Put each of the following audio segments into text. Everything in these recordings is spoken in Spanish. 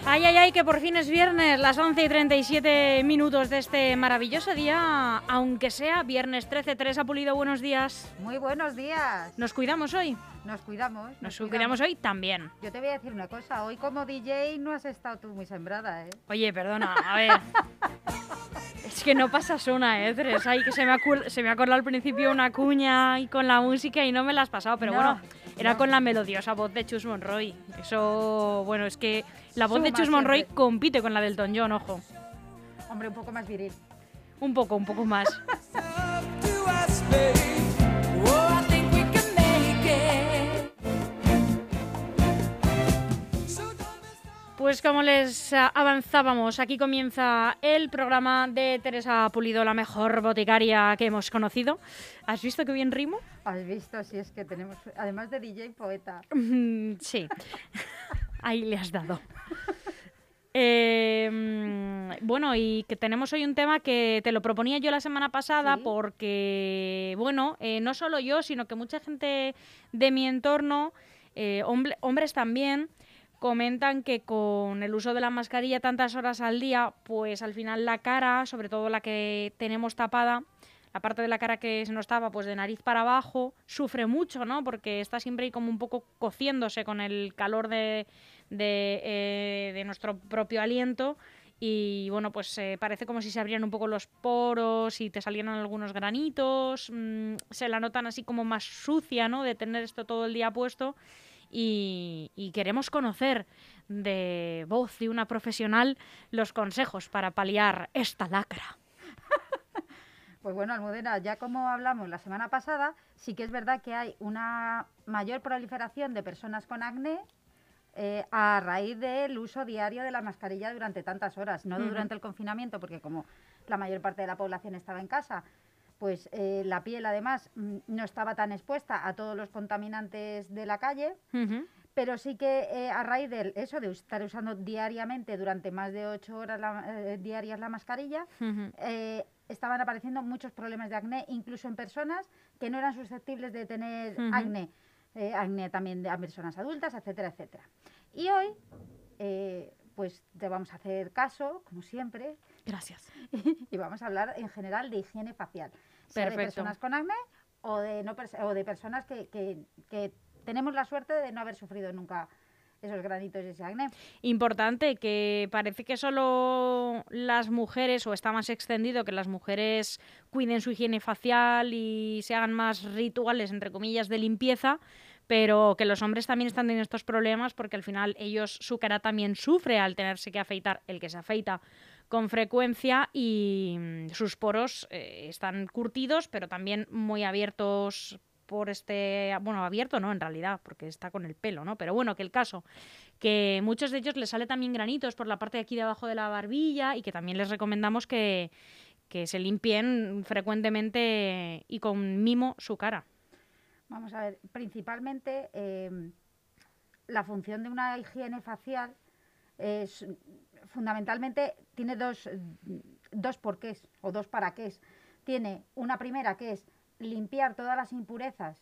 Ay, ay, ay, que por fin es viernes, las 11:37 de este maravilloso día, aunque sea viernes 13. Teresa Pulido, buenos días. Muy buenos días. ¿Nos cuidamos hoy? Nos cuidamos. Nos cuidamos hoy también. Yo te voy a decir una cosa, hoy como DJ no has estado tú muy sembrada, ¿eh? Oye, perdona, a ver. Es que no pasas una, Teresa. Ay, que se me ha colado al principio una cuña y con la música y no me la has pasado, pero No, bueno, era no. con la melodiosa voz de Chus Monroy. Eso, bueno, es que la voz de Suma Chus Monroy siempre. compite con la del Elton John, ojo. Hombre, un poco más viril. Un poco más. Pues como les avanzábamos, aquí comienza el programa de Teresa Pulido, la mejor boticaria que hemos conocido. ¿Has visto qué bien rimo? Has visto, si es que tenemos, además de DJ, poeta. Sí, ahí le has dado. Bueno, y que tenemos hoy un tema que te lo proponía yo la semana pasada, Sí. porque, bueno, no solo yo, sino que mucha gente de mi entorno, hombres también, comentan que con el uso de la mascarilla tantas horas al día, pues al final la cara, sobre todo la que tenemos tapada, la parte de la cara que se nos tapa, pues de nariz para abajo, sufre mucho, ¿no? Porque está siempre ahí como un poco cociéndose con el calor de nuestro propio aliento. Y bueno, pues parece como si se abrieran un poco los poros y te salieran algunos granitos. Se la notan así como más sucia, ¿no? De tener esto todo el día puesto. Y queremos conocer de voz de una profesional los consejos para paliar esta lacra. Pues bueno, Almudena, ya como hablamos la semana pasada, sí que es verdad que hay una mayor proliferación de personas con acné a raíz del uso diario de la mascarilla durante tantas horas, no durante el confinamiento, porque como la mayor parte de la población estaba en casa, pues la piel además no estaba tan expuesta a todos los contaminantes de la calle, pero sí que a raíz de eso, de estar usando diariamente durante más de 8 horas diarias la mascarilla, estaban apareciendo muchos problemas de acné, incluso en personas que no eran susceptibles de tener acné. Acné también a personas adultas, etcétera, etcétera. Y hoy, pues te vamos a hacer caso, como siempre. Gracias. Y vamos a hablar en general de higiene facial. Sea de Perfecto. personas con acné o de personas que tenemos la suerte de no haber sufrido nunca esos granitos y ese acné. Importante, que parece que solo las mujeres, o está más extendido, que las mujeres cuiden su higiene facial y se hagan más rituales, entre comillas, de limpieza, pero que los hombres también están teniendo estos problemas porque al final su cara también sufre al tenerse que afeitar, el que se afeita con frecuencia, y sus poros están curtidos, pero también muy abiertos por abierto no, en realidad, porque está con el pelo, ¿no? Pero bueno, que el caso, que muchos de ellos les sale también granitos por la parte de aquí de abajo de la barbilla y que también les recomendamos que se limpien frecuentemente y con mimo su cara. Vamos a ver, principalmente la función de una higiene facial fundamentalmente tiene dos porqués o dos para qué. Tiene una primera que es limpiar todas las impurezas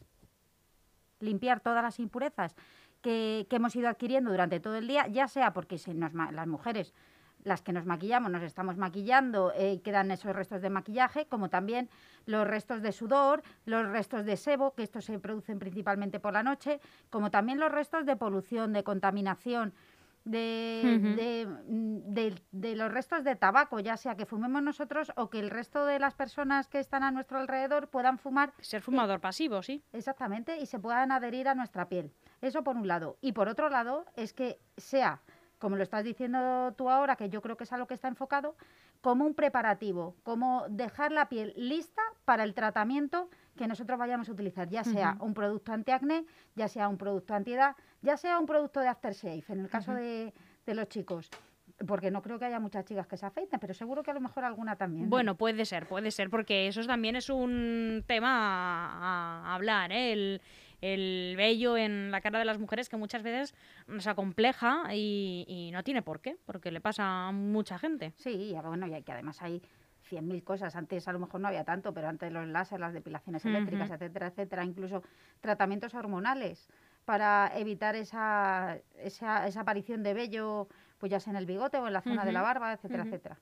que hemos ido adquiriendo durante todo el día, ya sea porque las mujeres, las que nos maquillamos, nos estamos maquillando, quedan esos restos de maquillaje, como también los restos de sudor, los restos de sebo, que estos se producen principalmente por la noche, como también los restos de polución, de contaminación, de los restos de tabaco, ya sea que fumemos nosotros o que el resto de las personas que están a nuestro alrededor puedan fumar. Ser fumador pasivo, sí. Exactamente, y se puedan adherir a nuestra piel. Eso por un lado. Y por otro lado es que sea, como lo estás diciendo tú ahora, que yo creo que es a lo que está enfocado, como un preparativo, como dejar la piel lista para el tratamiento que nosotros vayamos a utilizar, ya sea un producto antiacné, ya sea un producto antiedad, ya sea un producto de aftershave, en el caso de los chicos. Porque no creo que haya muchas chicas que se afeiten, pero seguro que a lo mejor alguna también, ¿no? Bueno, puede ser, porque eso también es un tema a hablar, ¿eh? El vello en la cara de las mujeres, que muchas veces se acompleja y no tiene por qué, porque le pasa a mucha gente. Sí, bueno, y que además hay 100.000 cosas. Antes a lo mejor no había tanto, pero antes los láser, las depilaciones eléctricas, etcétera, etcétera, incluso tratamientos hormonales para evitar esa aparición de vello, pues ya sea en el bigote o en la zona de la barba, etcétera, etcétera.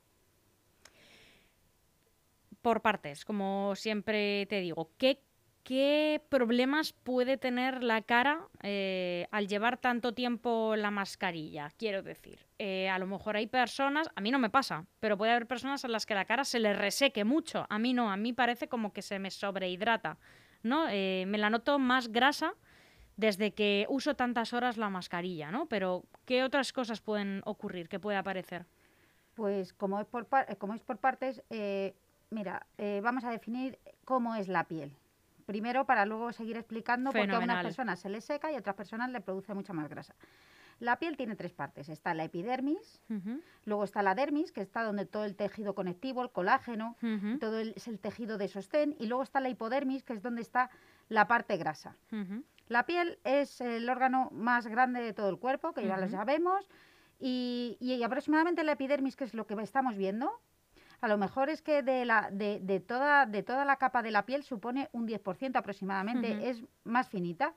Por partes, como siempre te digo, ¿qué problemas puede tener la cara al llevar tanto tiempo la mascarilla? Quiero decir, a lo mejor hay personas, a mí no me pasa, pero puede haber personas a las que la cara se les reseque mucho. A mí no, a mí parece como que se me sobrehidrata, ¿no? Me la noto más grasa desde que uso tantas horas la mascarilla, ¿no? Pero ¿qué otras cosas pueden ocurrir, que puede aparecer? Pues como es por partes, mira, vamos a definir cómo es la piel. Primero, para luego seguir explicando por qué a unas personas se les seca y a otras personas le produce mucha más grasa. La piel tiene 3 partes. Está la epidermis, luego está la dermis, que está donde todo el tejido conectivo, el colágeno, es el tejido de sostén, y luego está la hipodermis, que es donde está la parte grasa. La piel es el órgano más grande de todo el cuerpo, que ya lo sabemos, y aproximadamente la epidermis, que es lo que estamos viendo, a lo mejor es que de toda la capa de la piel supone un 10% aproximadamente, es más finita.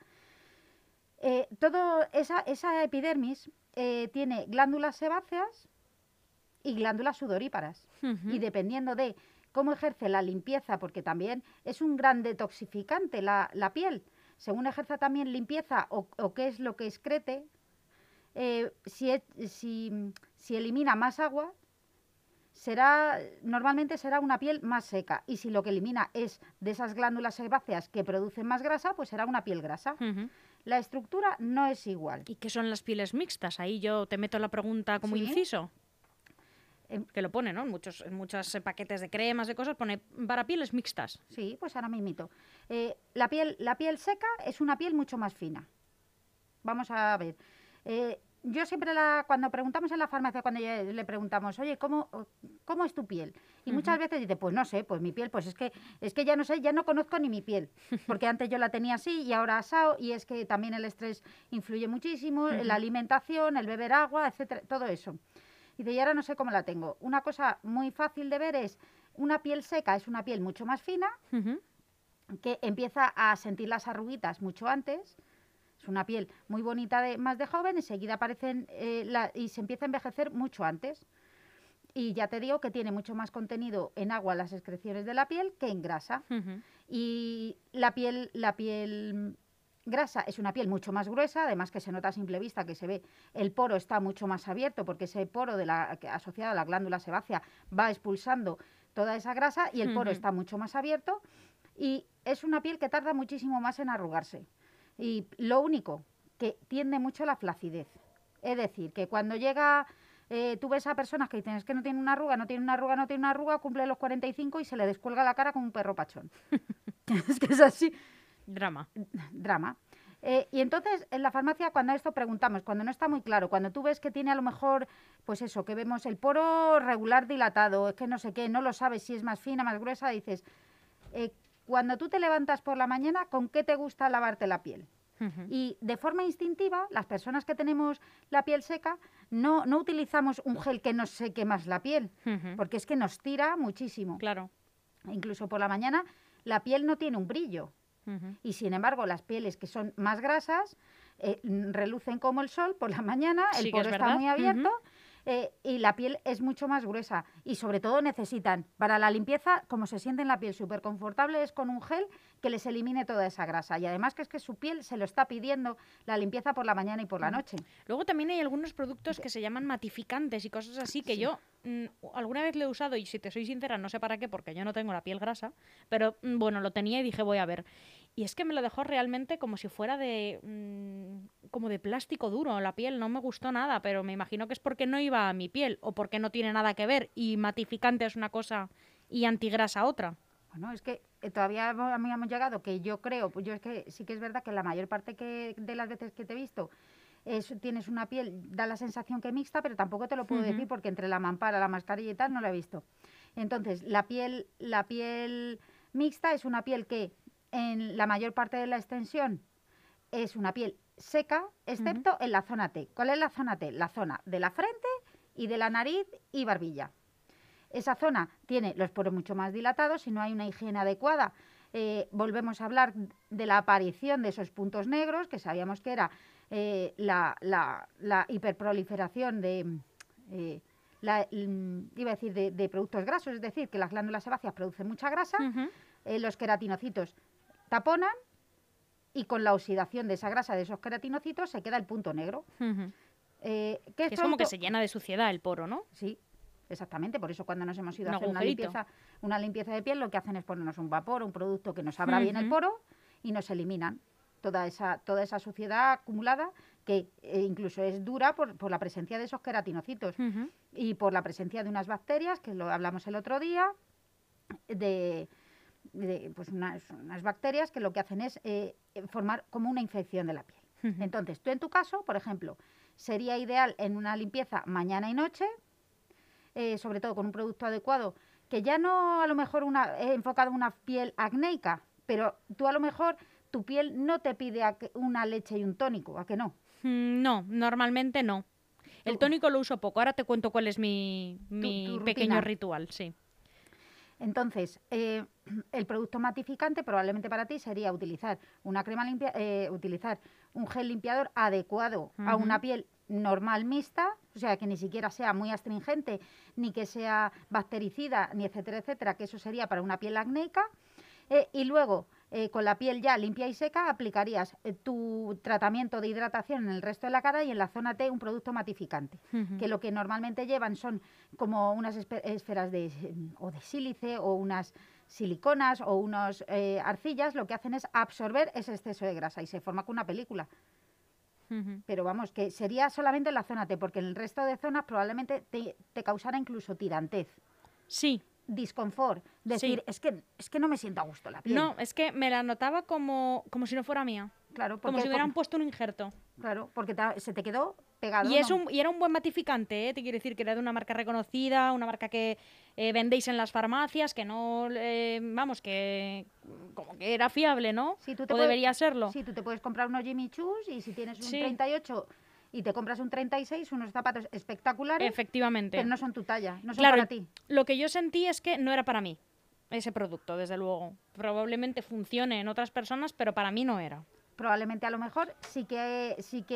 Esa epidermis tiene glándulas sebáceas y glándulas sudoríparas. Y dependiendo de cómo ejerce la limpieza, porque también es un gran detoxificante la piel, según ejerza también limpieza o qué es lo que excrete, si elimina más agua, normalmente será una piel más seca. Y si lo que elimina es de esas glándulas sebáceas que producen más grasa, pues será una piel grasa. La estructura no es igual. ¿Y qué son las pieles mixtas? Ahí yo te meto la pregunta como inciso. Que lo pone, ¿no? En muchos paquetes de cremas, de cosas, pone para pieles mixtas. Sí, pues ahora me imito. La piel seca es una piel mucho más fina. Vamos a ver. Yo siempre cuando preguntamos en la farmacia, cuando le preguntamos, oye, ¿cómo es tu piel? Y muchas veces dice, pues no sé, pues mi piel, pues es que ya no sé, ya no conozco ni mi piel, porque antes yo la tenía así y ahora asado, y es que también el estrés influye muchísimo, la alimentación, el beber agua, etcétera, todo eso. Y dice, y ahora no sé cómo la tengo. Una cosa muy fácil de ver es, una piel seca es una piel mucho más fina, que empieza a sentir las arruguitas mucho antes. Es una piel muy bonita más de joven, enseguida aparecen y se empieza a envejecer mucho antes. Y ya te digo que tiene mucho más contenido en agua las excreciones de la piel que en grasa. Y la piel grasa es una piel mucho más gruesa, además que se nota a simple vista que se ve, el poro está mucho más abierto porque ese poro asociado a la glándula sebácea va expulsando toda esa grasa y el poro está mucho más abierto, y es una piel que tarda muchísimo más en arrugarse. Y lo único, que tiende mucho a la flacidez. Es decir, que cuando llega, tú ves a personas que dicen, es que no tiene una arruga, no tiene una arruga, no tiene una arruga, cumple los 45 y se le descuelga la cara como un perro pachón. Es que es así. Drama. Y entonces, en la farmacia, cuando esto preguntamos, cuando no está muy claro, cuando tú ves que tiene a lo mejor, pues eso, que vemos el poro regular dilatado, es que no sé qué, no lo sabes si es más fina, más gruesa, dices, cuando tú te levantas por la mañana, ¿con qué te gusta lavarte la piel? Y de forma instintiva, las personas que tenemos la piel seca, no utilizamos un gel que nos seque más la piel, porque es que nos tira muchísimo. Claro. Incluso por la mañana, la piel no tiene un brillo. Y sin embargo, las pieles que son más grasas relucen como el sol por la mañana, el poro está muy abierto. Y la piel es mucho más gruesa, y sobre todo necesitan para la limpieza, como se siente en la piel súper confortable, es con un gel que les elimine toda esa grasa, y además que es que su piel se lo está pidiendo la limpieza por la mañana y por la noche. Luego también hay algunos productos que se llaman matificantes y cosas así que yo alguna vez lo he usado, y si te soy sincera no sé para qué, porque yo no tengo la piel grasa, pero bueno, lo tenía y dije voy a ver. Y es que me lo dejó realmente como si fuera como de plástico duro la piel, no me gustó nada, pero me imagino que es porque no iba a mi piel o porque no tiene nada que ver, y matificante es una cosa y antigrasa otra. Bueno, es que todavía hemos llegado, que yo creo, pues yo es que sí que es verdad que la mayor parte de las veces que te he visto tienes una piel, da la sensación que mixta, pero tampoco te lo puedo decir porque entre la mampara, la mascarilla y tal no la he visto. Entonces, la piel mixta es una piel que en la mayor parte de la extensión es una piel seca, excepto en la zona T. ¿Cuál es la zona T? La zona de la frente y de la nariz y barbilla. Esa zona tiene los poros mucho más dilatados, si no hay una higiene adecuada, volvemos a hablar de la aparición de esos puntos negros, que sabíamos que era la hiperproliferación iba a decir de productos grasos, es decir, que las glándulas sebáceas producen mucha grasa, los queratinocitos taponan y con la oxidación de esa grasa de esos queratinocitos se queda el punto negro. Que es como que se llena de suciedad el poro, ¿no? Sí, exactamente. Por eso cuando nos hemos ido a hacer una limpieza de piel, lo que hacen es ponernos un vapor, un producto que nos abra bien el poro y nos eliminan toda esa suciedad acumulada que incluso es dura por la presencia de esos queratinocitos y por la presencia de unas bacterias, que lo hablamos el otro día, pues unas bacterias que lo que hacen es formar como una infección de la piel. Entonces, tú en tu caso, por ejemplo, sería ideal en una limpieza mañana y noche, sobre todo con un producto adecuado, que ya no a lo mejor enfocado en una piel acnéica, pero tú a lo mejor tu piel no te pide una leche y un tónico, ¿a que no? No, normalmente no. El tónico lo uso poco. Ahora te cuento cuál es mi pequeño ritual, sí. Entonces, el producto matificante probablemente para ti sería utilizar una crema utilizar un gel limpiador adecuado a una piel normal mixta, o sea, que ni siquiera sea muy astringente, ni que sea bactericida, ni etcétera, etcétera, que eso sería para una piel acnéica. Y luego, con la piel ya limpia y seca, aplicarías tu tratamiento de hidratación en el resto de la cara y en la zona T un producto matificante, que lo que normalmente llevan son como unas esferas de sílice o unas siliconas o unas arcillas, lo que hacen es absorber ese exceso de grasa y se forma con una película. Pero vamos, que sería solamente en la zona T, porque en el resto de zonas probablemente te causara incluso tirantez. Sí. Disconfort, decir, sí. es que no me siento a gusto la piel. No, es que me la notaba como si no fuera mía. Claro, como si hubieran puesto un injerto. Claro, porque se te quedó pegado. Y era un buen matificante, te quiero decir que era de una marca reconocida, una marca que vendéis en las farmacias, que no, vamos, que como que era fiable, ¿no? Sí, debería serlo. Sí, tú te puedes comprar unos Jimmy Choos y si tienes un 38 y te compras un 36, unos zapatos espectaculares. Efectivamente. Pero no son tu talla, no son para ti. Lo que yo sentí es que no era para mí ese producto, desde luego. Probablemente funcione en otras personas, pero para mí no era. Probablemente a lo mejor sí que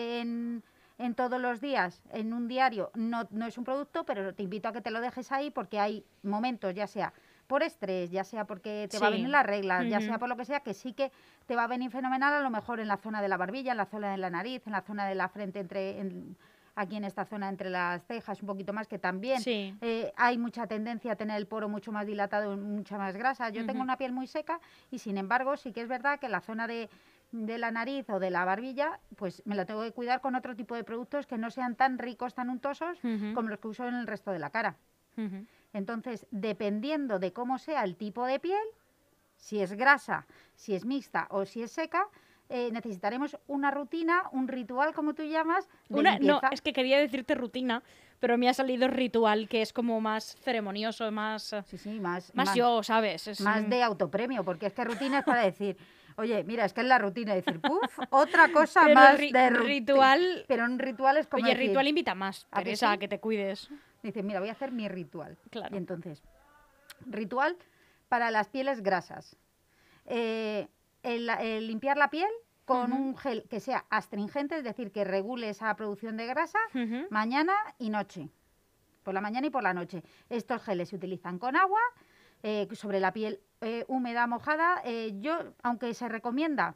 en todos los días, en un diario, no es un producto, pero te invito a que te lo dejes ahí porque hay momentos, ya sea por estrés, ya sea porque te va a venir la regla, ya sea por lo que sea, que sí que te va a venir fenomenal a lo mejor en la zona de la barbilla, en la zona de la nariz, en la zona de la frente, aquí en esta zona entre las cejas, un poquito más, que también hay mucha tendencia a tener el poro mucho más dilatado, mucha más grasa. Yo tengo una piel muy seca y sin embargo sí que es verdad que en la zona de la nariz o de la barbilla, pues me la tengo que cuidar con otro tipo de productos que no sean tan ricos, tan untosos como los que uso en el resto de la cara. Entonces, dependiendo de cómo sea el tipo de piel, si es grasa, si es mixta o si es seca, necesitaremos una rutina, un ritual, como tú llamas, de limpieza. No, es que quería decirte rutina, pero me ha salido ritual, que es como más ceremonioso, más... Sí, más yo, ¿sabes? Más de autopremio, porque es que rutina es para decir... Oye, mira, es que es la rutina, decir, puf, otra cosa pero más de ritual. Pero un ritual es como Oye, decir, ritual invita más, Teresa, a que te cuides. Dice, mira, voy a hacer mi ritual. Claro. Y entonces, ritual para las pieles grasas. El limpiar la piel con un gel que sea astringente, es decir, que regule esa producción de grasa, mañana y noche. Por la mañana y por la noche. Estos geles se utilizan con agua, sobre la piel húmeda, mojada. Aunque se recomienda,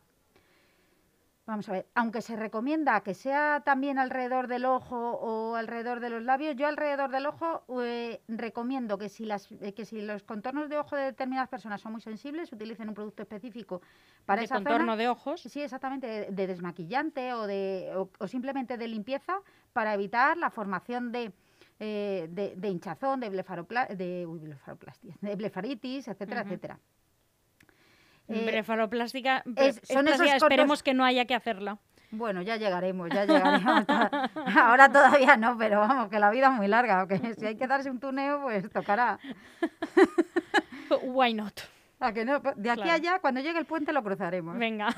que sea también alrededor del ojo o alrededor de los labios, yo alrededor del ojo recomiendo que si los contornos de ojo de determinadas personas son muy sensibles, utilicen un producto específico para esa zona. ¿De contorno de ojos? Sí, exactamente, de desmaquillante o simplemente de limpieza para evitar la formación de hinchazón, de blefaritis, etcétera, etcétera. Blefaroplástica, esperemos que no haya que hacerla. Bueno, ya llegaremos. Ahora todavía no, pero vamos, que la vida es muy larga, aunque si hay que darse un tuneo, pues tocará. Why not? ¿A que no? De aquí a allá, cuando llegue el puente lo cruzaremos. Venga.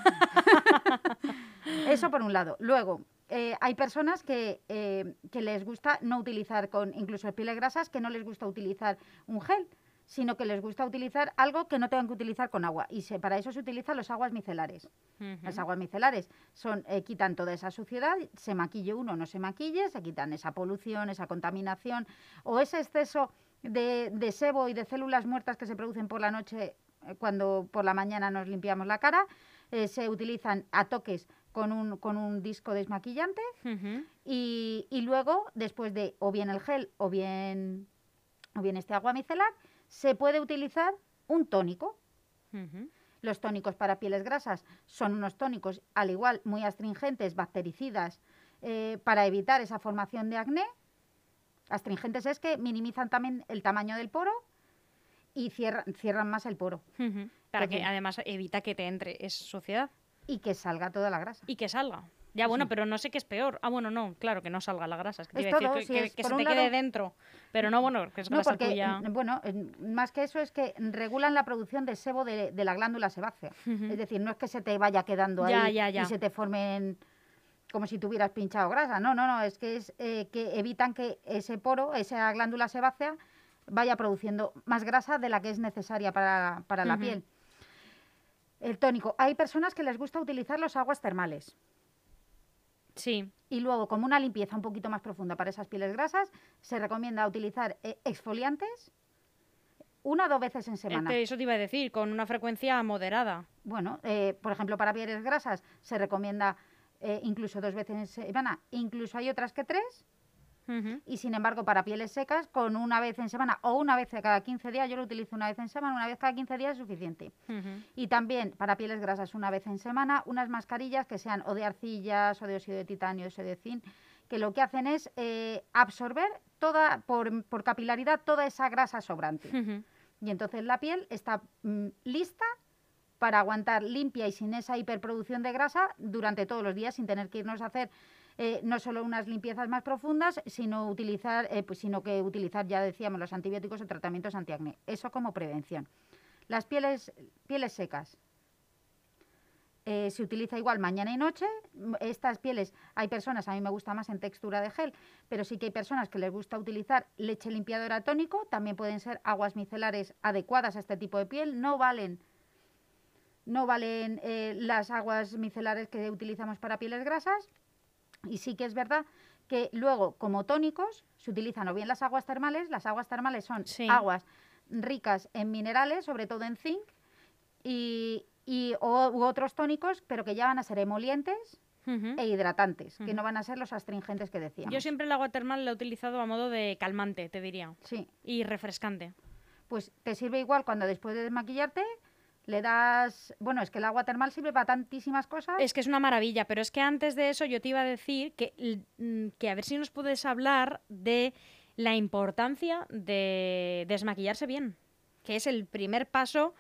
Eso por un lado. Luego, hay personas que les gusta no utilizar, incluso pieles grasas, que no les gusta utilizar un gel. sino que les gusta utilizar algo que no tengan que utilizar con agua. Y para eso se utilizan los aguas micelares. Las aguas micelares quitan toda esa suciedad, se maquille uno o no se maquille, se quitan esa polución, esa contaminación o ese exceso de sebo y de células muertas que se producen por la noche cuando por la mañana nos limpiamos la cara. Se utilizan a toques con un disco desmaquillante y luego, después de o bien el gel o bien este agua micelar, se puede utilizar un tónico. Los tónicos para pieles grasas son unos tónicos, al igual, muy astringentes, bactericidas, para evitar esa formación de acné. Astringentes es que minimizan también el tamaño del poro y cierran más el poro. Para que además evita que te entre esa suciedad. Y que salga toda la grasa. Y que salga. Ya, bueno, pero no sé qué es peor. Ah, bueno, no, claro, que no salga la grasa. Es que te Es iba a todo, decir que si es, se te quede dentro. Pero no, bueno, que es grasa porque, tuya. Bueno, más que eso es que regulan la producción de sebo de la glándula sebácea. Es decir, no es que se te vaya quedando ahí y se te formen como si tuvieras pinchado grasa. No, es que que evitan que ese poro, esa glándula sebácea, vaya produciendo más grasa de la que es necesaria para la piel. El tónico. Hay personas que les gusta utilizar los aguas termales. Sí. Y luego, como una limpieza un poquito más profunda para esas pieles grasas, se recomienda utilizar exfoliantes 1 o 2 veces en semana. Eso te iba a decir, con una frecuencia moderada. Bueno, por ejemplo, para pieles grasas se recomienda incluso 2 veces en semana. Incluso hay otras que 3. Y sin embargo, para pieles secas, con 1 vez en semana o 1 vez cada 15 días, yo lo utilizo 1 vez en semana, 1 vez cada 15 días es suficiente. Y también para pieles grasas 1 vez en semana, unas mascarillas que sean o de arcillas o de óxido de titanio o de zinc, que lo que hacen es absorber toda por capilaridad toda esa grasa sobrante. Y entonces la piel está lista para aguantar limpia y sin esa hiperproducción de grasa durante todos los días, sin tener que irnos a hacer no solo unas limpiezas más profundas, sino que utilizar, ya decíamos, los antibióticos o tratamientos antiacné. Eso como prevención. Las pieles secas. Se utiliza igual mañana y noche. Estas pieles, hay personas, a mí me gusta más en textura de gel, pero sí que hay personas que les gusta utilizar leche limpiadora tónico. También pueden ser aguas micelares adecuadas a este tipo de piel. No valen las aguas micelares que utilizamos para pieles grasas. Y sí que es verdad que luego, como tónicos, se utilizan o bien las aguas termales. Las aguas termales son aguas ricas en minerales, sobre todo en zinc, u otros tónicos, pero que ya van a ser emolientes e hidratantes, que no van a ser los astringentes que decíamos. Yo siempre el agua termal la he utilizado a modo de calmante, te diría. Sí. Y refrescante. Pues te sirve igual cuando después de desmaquillarte le das... Bueno, es que el agua termal sirve para tantísimas cosas. Es que es una maravilla, pero es que antes de eso yo te iba a decir que a ver si nos puedes hablar de la importancia de desmaquillarse bien, que es el primer paso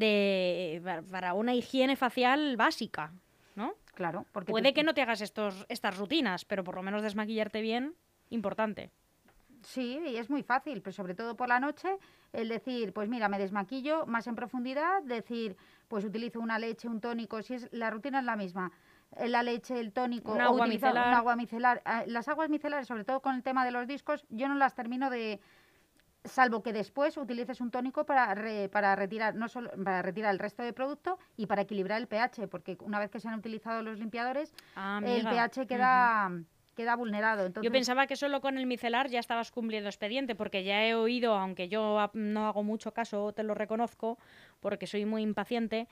para una higiene facial básica, ¿no? Claro. Porque puede que no te hagas estas rutinas, pero por lo menos desmaquillarte bien, importante. Sí, y es muy fácil, pero sobre todo por la noche, el decir, pues mira, me desmaquillo más en profundidad, decir, pues utilizo una leche, un tónico, la rutina es la misma, la leche, el tónico, un agua micelar. Las aguas micelares, sobre todo con el tema de los discos, yo no las termino salvo que después utilices un tónico para retirar para retirar el resto de producto y para equilibrar el pH, porque una vez que se han utilizado los limpiadores, el pH queda vulnerado. Entonces... Yo pensaba que solo con el micelar ya estabas cumpliendo expediente, porque ya he oído, aunque yo no hago mucho caso, te lo reconozco, porque soy muy impaciente,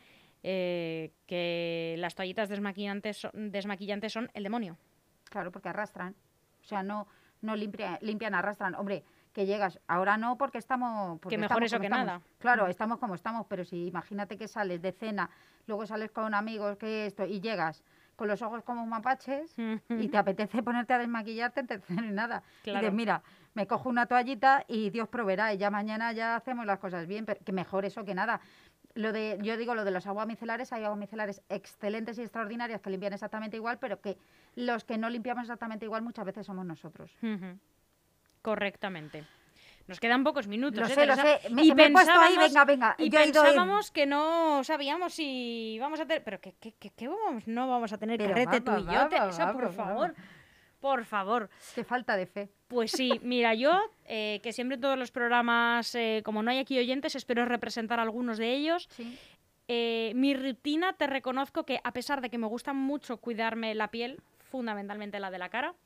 que las toallitas desmaquillantes son el demonio. Claro, porque arrastran. O sea, no limpian, arrastran. Hombre, que llegas, ahora no porque estamos... Que mejor eso que nada. Claro, estamos como estamos, pero si imagínate que sales de cena, luego sales con amigos, y llegas con los ojos como mapaches y te apetece ponerte a desmaquillarte, entonces no hay nada. Claro. Y dices, mira, me cojo una toallita y Dios proveerá, y ya mañana ya hacemos las cosas bien, pero que mejor eso que nada. Yo digo lo de los aguas micelares, hay aguas micelares excelentes y extraordinarias que limpian exactamente igual, pero que los que no limpiamos exactamente igual muchas veces somos nosotros. Correctamente. Nos quedan pocos minutos. Lo sé. Me he puesto ahí, venga. Y pensábamos que no sabíamos si vamos a tener... Pero ¿qué vamos? No vamos a tener carrete tú y yo. Por favor. Por favor. Qué falta de fe. Pues sí, mira, yo, que siempre en todos los programas, como no hay aquí oyentes, espero representar a algunos de ellos. Sí. Mi rutina, te reconozco que a pesar de que me gusta mucho cuidarme la piel, fundamentalmente la de la cara,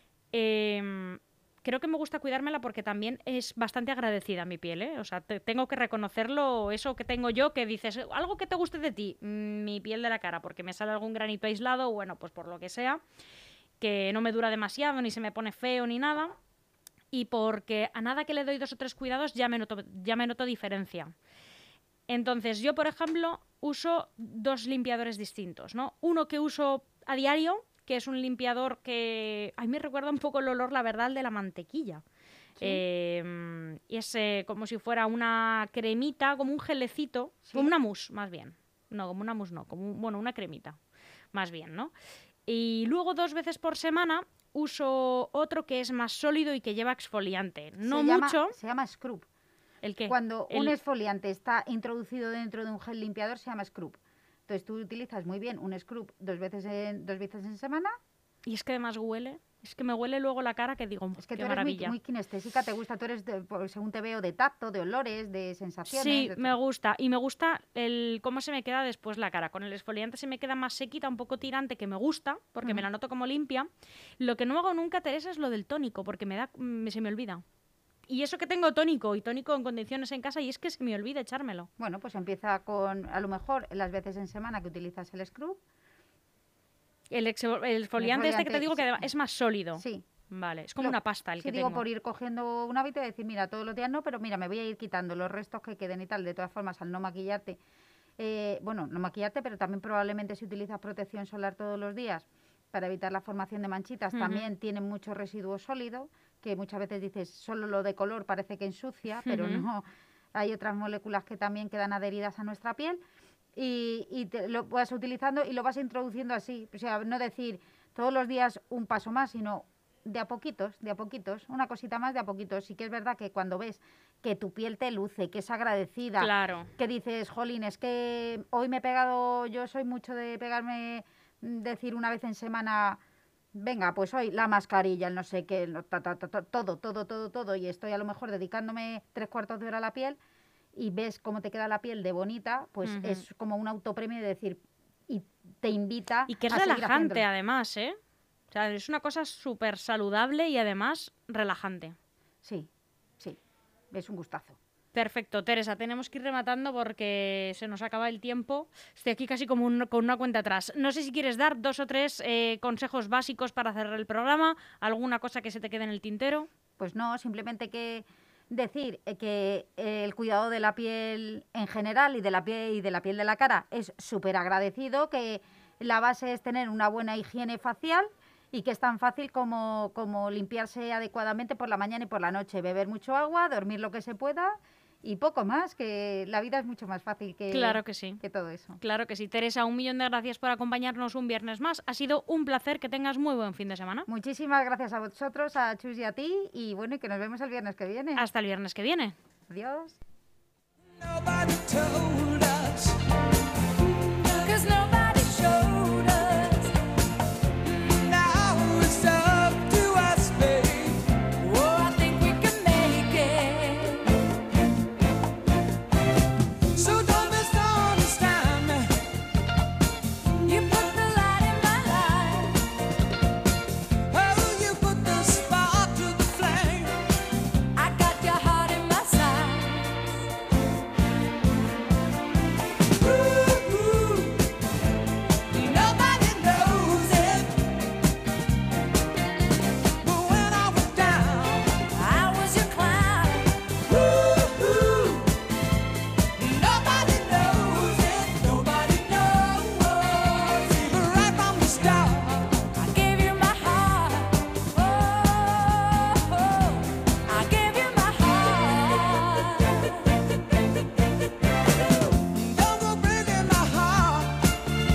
creo que me gusta cuidármela porque también es bastante agradecida mi piel, ¿eh? O sea, tengo que reconocerlo, eso que tengo yo, que dices, algo que te guste de ti, mi piel de la cara, porque me sale algún granito aislado, bueno, pues por lo que sea, que no me dura demasiado, ni se me pone feo, ni nada, y porque a nada que le doy 2 o 3 cuidados ya me noto diferencia. Entonces, yo, por ejemplo, uso 2 limpiadores distintos, ¿no? Uno que uso a diario, que es un limpiador que a mí me recuerda un poco el olor, la verdad, al de la mantequilla. Sí. Y es como si fuera una cremita, como un gelecito, Sí. como una mousse, más bien. No, como una mousse no, bueno, una cremita, más bien, ¿no? Y luego 2 veces por semana uso otro que es más sólido y que lleva exfoliante. No mucho. Se llama scrub. ¿El qué? Cuando un exfoliante está introducido dentro de un gel limpiador se llama scrub. Entonces tú utilizas muy bien un scrub 2 veces en semana. Y es que además huele. Es que me huele luego la cara que digo, Es que qué tú eres maravilla. muy kinestésica, te gusta, tú eres, según te veo, de tacto, de olores, de sensaciones. Sí, de me gusta. Y me gusta cómo se me queda después la cara. Con el exfoliante se me queda más sequita, un poco tirante, que me gusta, porque me la noto como limpia. Lo que no hago nunca, Teresa, es lo del tónico, porque se me olvida. Y eso que tengo tónico, y tónico en condiciones en casa, y es que se me olvida echármelo. Bueno, pues empieza con, a lo mejor, las veces en semana que utilizas el scrub. El exfoliante este que te digo sí. que es más sólido. Sí. Vale, es como una pasta el que digo tengo. por ir cogiendo un hábito y decir, mira, todos los días no, pero mira, me voy a ir quitando los restos que queden y tal. De todas formas, al no maquillarte, no maquillarte, pero también probablemente si utilizas protección solar todos los días para evitar la formación de manchitas, también tienen mucho residuo sólido, que muchas veces dices, solo lo de color parece que ensucia, pero no, hay otras moléculas que también quedan adheridas a nuestra piel. Y lo vas utilizando y lo vas introduciendo así. O sea, no decir todos los días un paso más, sino de a poquitos, una cosita más de a poquitos. Sí que es verdad que cuando ves que tu piel te luce, que es agradecida, claro, que dices, jolín, es que hoy me he pegado, yo soy mucho de pegarme, decir una vez en semana, venga, pues hoy la mascarilla, el no sé qué, todo, y estoy a lo mejor dedicándome 3/4 de hora a la piel, y ves cómo te queda la piel de bonita, pues es como un autopremio de decir, y te invita y que es a seguir relajante haciéndolo. además, ¿eh? O sea, es una cosa súper saludable y además relajante. Sí, es un gustazo. Perfecto, Teresa, tenemos que ir rematando porque se nos acaba el tiempo. Estoy aquí casi como con una cuenta atrás. No sé si quieres dar 2 o 3 consejos básicos para cerrar el programa, alguna cosa que se te quede en el tintero. Pues no, simplemente que decir que el cuidado de la piel en general y de la piel de la cara es súper agradecido, que la base es tener una buena higiene facial y que es tan fácil como limpiarse adecuadamente por la mañana y por la noche, beber mucho agua, dormir lo que se pueda y poco más, que la vida es mucho más fácil que, claro que sí. que todo eso. Claro que sí. Teresa, 1.000.000 de gracias por acompañarnos un viernes más. Ha sido un placer, que tengas muy buen fin de semana. Muchísimas gracias a vosotros, a Chus y a ti, y bueno, y que nos vemos el viernes que viene. Hasta el viernes que viene. Adiós. Nobody told us, 'cause nobody